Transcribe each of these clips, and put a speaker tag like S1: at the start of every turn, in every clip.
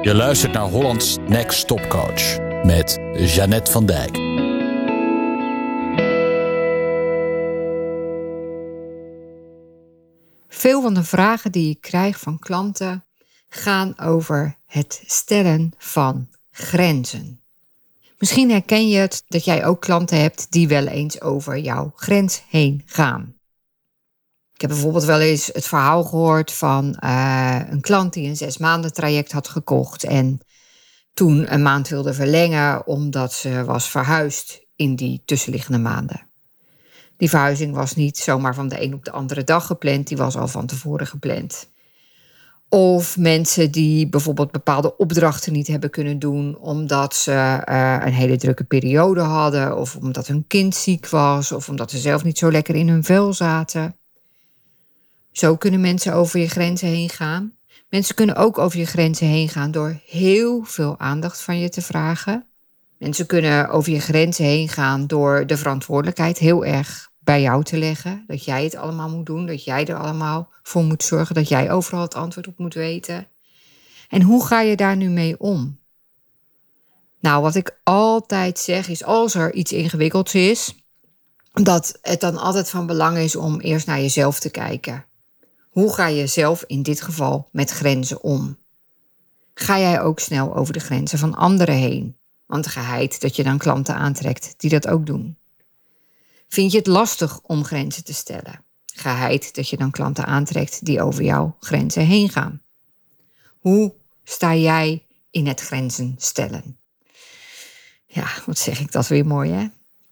S1: Je luistert naar Holland's Next Top Coach met Jeannette van Dijk.
S2: Veel van de vragen die ik krijg van klanten gaan over het stellen van grenzen. Misschien herken je het dat jij ook klanten hebt die wel eens over jouw grens heen gaan. Ik heb bijvoorbeeld wel eens het verhaal gehoord van een klant die een 6 maanden traject had gekocht en toen een maand wilde verlengen omdat ze was verhuisd in die tussenliggende maanden. Die verhuizing was niet zomaar van de een op de andere dag gepland, die was al van tevoren gepland. Of mensen die bijvoorbeeld bepaalde opdrachten niet hebben kunnen doen omdat ze een hele drukke periode hadden, of omdat hun kind ziek was, of omdat ze zelf niet zo lekker in hun vel zaten. Zo kunnen mensen over je grenzen heen gaan. Mensen kunnen ook over je grenzen heen gaan door heel veel aandacht van je te vragen. Mensen kunnen over je grenzen heen gaan door de verantwoordelijkheid heel erg bij jou te leggen. Dat jij het allemaal moet doen, dat jij er allemaal voor moet zorgen, dat jij overal het antwoord op moet weten. En hoe ga je daar nu mee om? Nou, wat ik altijd zeg is, als er iets ingewikkelds is, dat het dan altijd van belang is om eerst naar jezelf te kijken. Hoe ga je zelf in dit geval met grenzen om? Ga jij ook snel over de grenzen van anderen heen? Want geheid dat je dan klanten aantrekt die dat ook doen. Vind je het lastig om grenzen te stellen? Geheid dat je dan klanten aantrekt die over jouw grenzen heen gaan. Hoe sta jij in het grenzen stellen? Ja, wat zeg ik dat weer mooi, hè?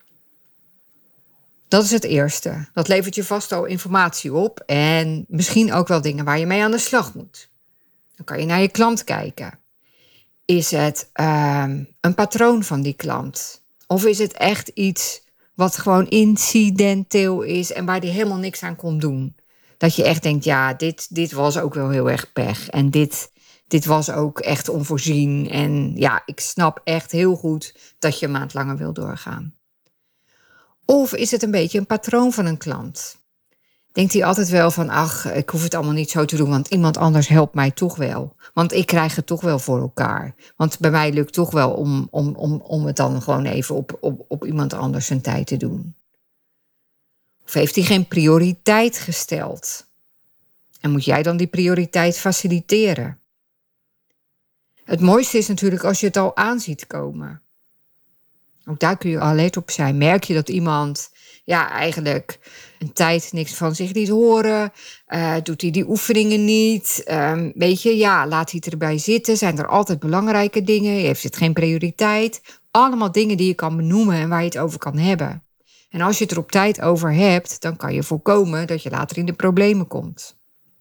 S2: Dat is het eerste. Dat levert je vast al informatie op en misschien ook wel dingen waar je mee aan de slag moet. Dan kan je naar je klant kijken. Is het een patroon van die klant? Of is het echt iets wat gewoon incidenteel is en waar die helemaal niks aan kon doen? Dat je echt denkt, ja, dit was ook wel heel erg pech. En dit was ook echt onvoorzien. En ja, ik snap echt heel goed dat je een maand langer wil doorgaan. Of is het een beetje een patroon van een klant? Denkt hij altijd wel van, ach, ik hoef het allemaal niet zo te doen, want iemand anders helpt mij toch wel. Want ik krijg het toch wel voor elkaar. Want bij mij lukt toch wel om het dan gewoon even op iemand anders zijn tijd te doen. Of heeft hij geen prioriteit gesteld? En moet jij dan die prioriteit faciliteren? Het mooiste is natuurlijk als je het al aan ziet komen. Ook daar kun je alert op zijn. Merk je dat iemand eigenlijk een tijd niks van zich liet horen? Doet hij die oefeningen niet? Laat hij het erbij zitten? Zijn er altijd belangrijke dingen? Heeft het geen prioriteit? Allemaal dingen die je kan benoemen en waar je het over kan hebben. En als je het er op tijd over hebt, dan kan je voorkomen dat je later in de problemen komt.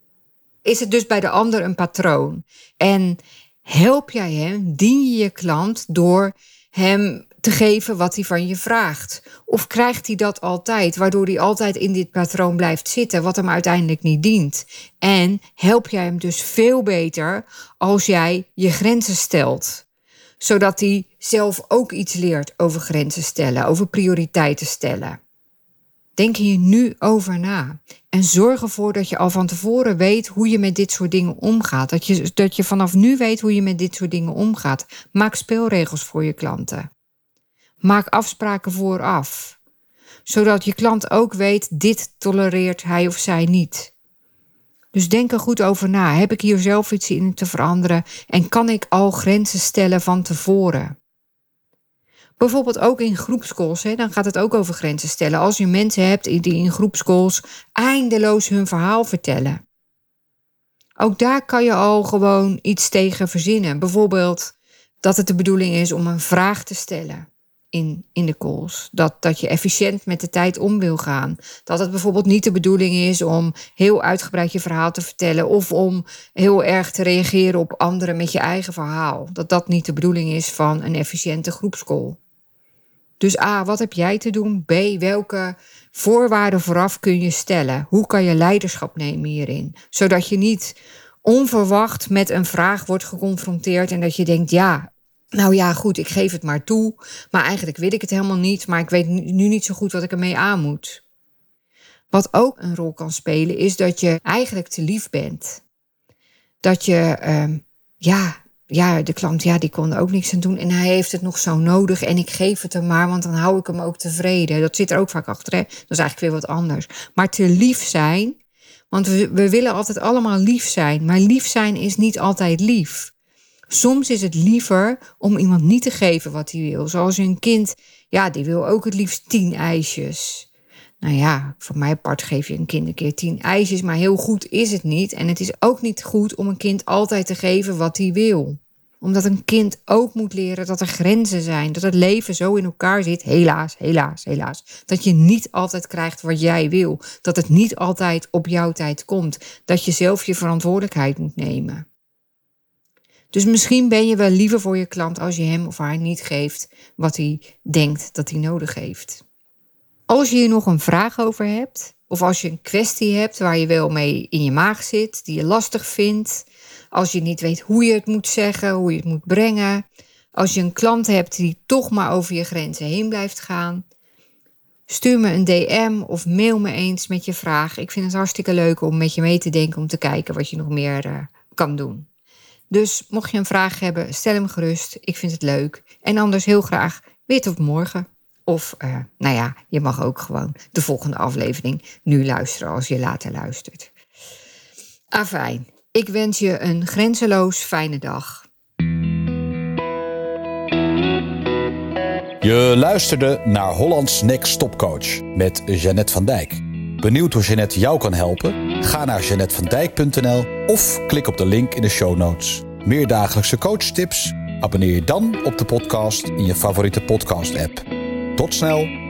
S2: Is het dus bij de ander een patroon? En help jij hem, dien je je klant door hem te geven wat hij van je vraagt? Of krijgt hij dat altijd, waardoor hij altijd in dit patroon blijft zitten, wat hem uiteindelijk niet dient? En help jij hem dus veel beter als jij je grenzen stelt, zodat hij zelf ook iets leert over grenzen stellen, over prioriteiten stellen. Denk hier nu over na. En zorg ervoor dat je al van tevoren weet hoe je met dit soort dingen omgaat. Dat je vanaf nu weet hoe je met dit soort dingen omgaat. Maak speelregels voor je klanten. Maak afspraken vooraf. Zodat je klant ook weet, dit tolereert hij of zij niet. Dus denk er goed over na. Heb ik hier zelf iets in te veranderen? En kan ik al grenzen stellen van tevoren? Bijvoorbeeld ook in groepscalls, dan gaat het ook over grenzen stellen. Als je mensen hebt die in groepscalls eindeloos hun verhaal vertellen. Ook daar kan je al gewoon iets tegen verzinnen. Bijvoorbeeld dat het de bedoeling is om een vraag te stellen in de calls. Dat je efficiënt met de tijd om wil gaan. Dat het bijvoorbeeld niet de bedoeling is om heel uitgebreid je verhaal te vertellen of om heel erg te reageren op anderen met je eigen verhaal. Dat niet de bedoeling is van een efficiënte groepscall. Dus A, wat heb jij te doen? B, welke voorwaarden vooraf kun je stellen? Hoe kan je leiderschap nemen hierin? Zodat je niet onverwacht met een vraag wordt geconfronteerd en dat je denkt, goed, ik geef het maar toe. Maar eigenlijk wil ik het helemaal niet, maar ik weet nu niet zo goed wat ik ermee aan moet. Wat ook een rol kan spelen is dat je eigenlijk te lief bent. Dat je de klant, die kon er ook niks aan doen. En hij heeft het nog zo nodig en ik geef het hem maar, want dan hou ik hem ook tevreden. Dat zit er ook vaak achter, hè? Dat is eigenlijk weer wat anders. Maar te lief zijn, want we willen altijd allemaal lief zijn. Maar lief zijn is niet altijd lief. Soms is het liever om iemand niet te geven wat hij wil. Zoals een kind, die wil ook het liefst 10 ijsjes. Nou ja, voor mijn part geef je een kind een keer 10 ijsjes, maar heel goed is het niet. En het is ook niet goed om een kind altijd te geven wat hij wil. Omdat een kind ook moet leren dat er grenzen zijn. Dat het leven zo in elkaar zit, helaas. Dat je niet altijd krijgt wat jij wil. Dat het niet altijd op jouw tijd komt. Dat je zelf je verantwoordelijkheid moet nemen. Dus misschien ben je wel liever voor je klant als je hem of haar niet geeft wat hij denkt dat hij nodig heeft. Als je hier nog een vraag over hebt, of als je een kwestie hebt waar je wel mee in je maag zit, die je lastig vindt, als je niet weet hoe je het moet zeggen, hoe je het moet brengen, als je een klant hebt die toch maar over je grenzen heen blijft gaan, stuur me een DM of mail me eens met je vraag. Ik vind het hartstikke leuk om met je mee te denken, om te kijken wat je nog meer kan doen. Dus mocht je een vraag hebben, stel hem gerust. Ik vind het leuk. En anders heel graag weer tot morgen. Of, je mag ook gewoon de volgende aflevering nu luisteren als je later luistert. Afijn, ik wens je een grenzeloos fijne dag.
S1: Je luisterde naar Holland's Next Topcoach met Jeannette van Dijk. Benieuwd hoe Jeannette jou kan helpen? Ga naar JeannetteVanDijk.nl of klik op de link in de show notes. Meer dagelijkse coachtips? Abonneer je dan op de podcast in je favoriete podcast-app. Tot snel!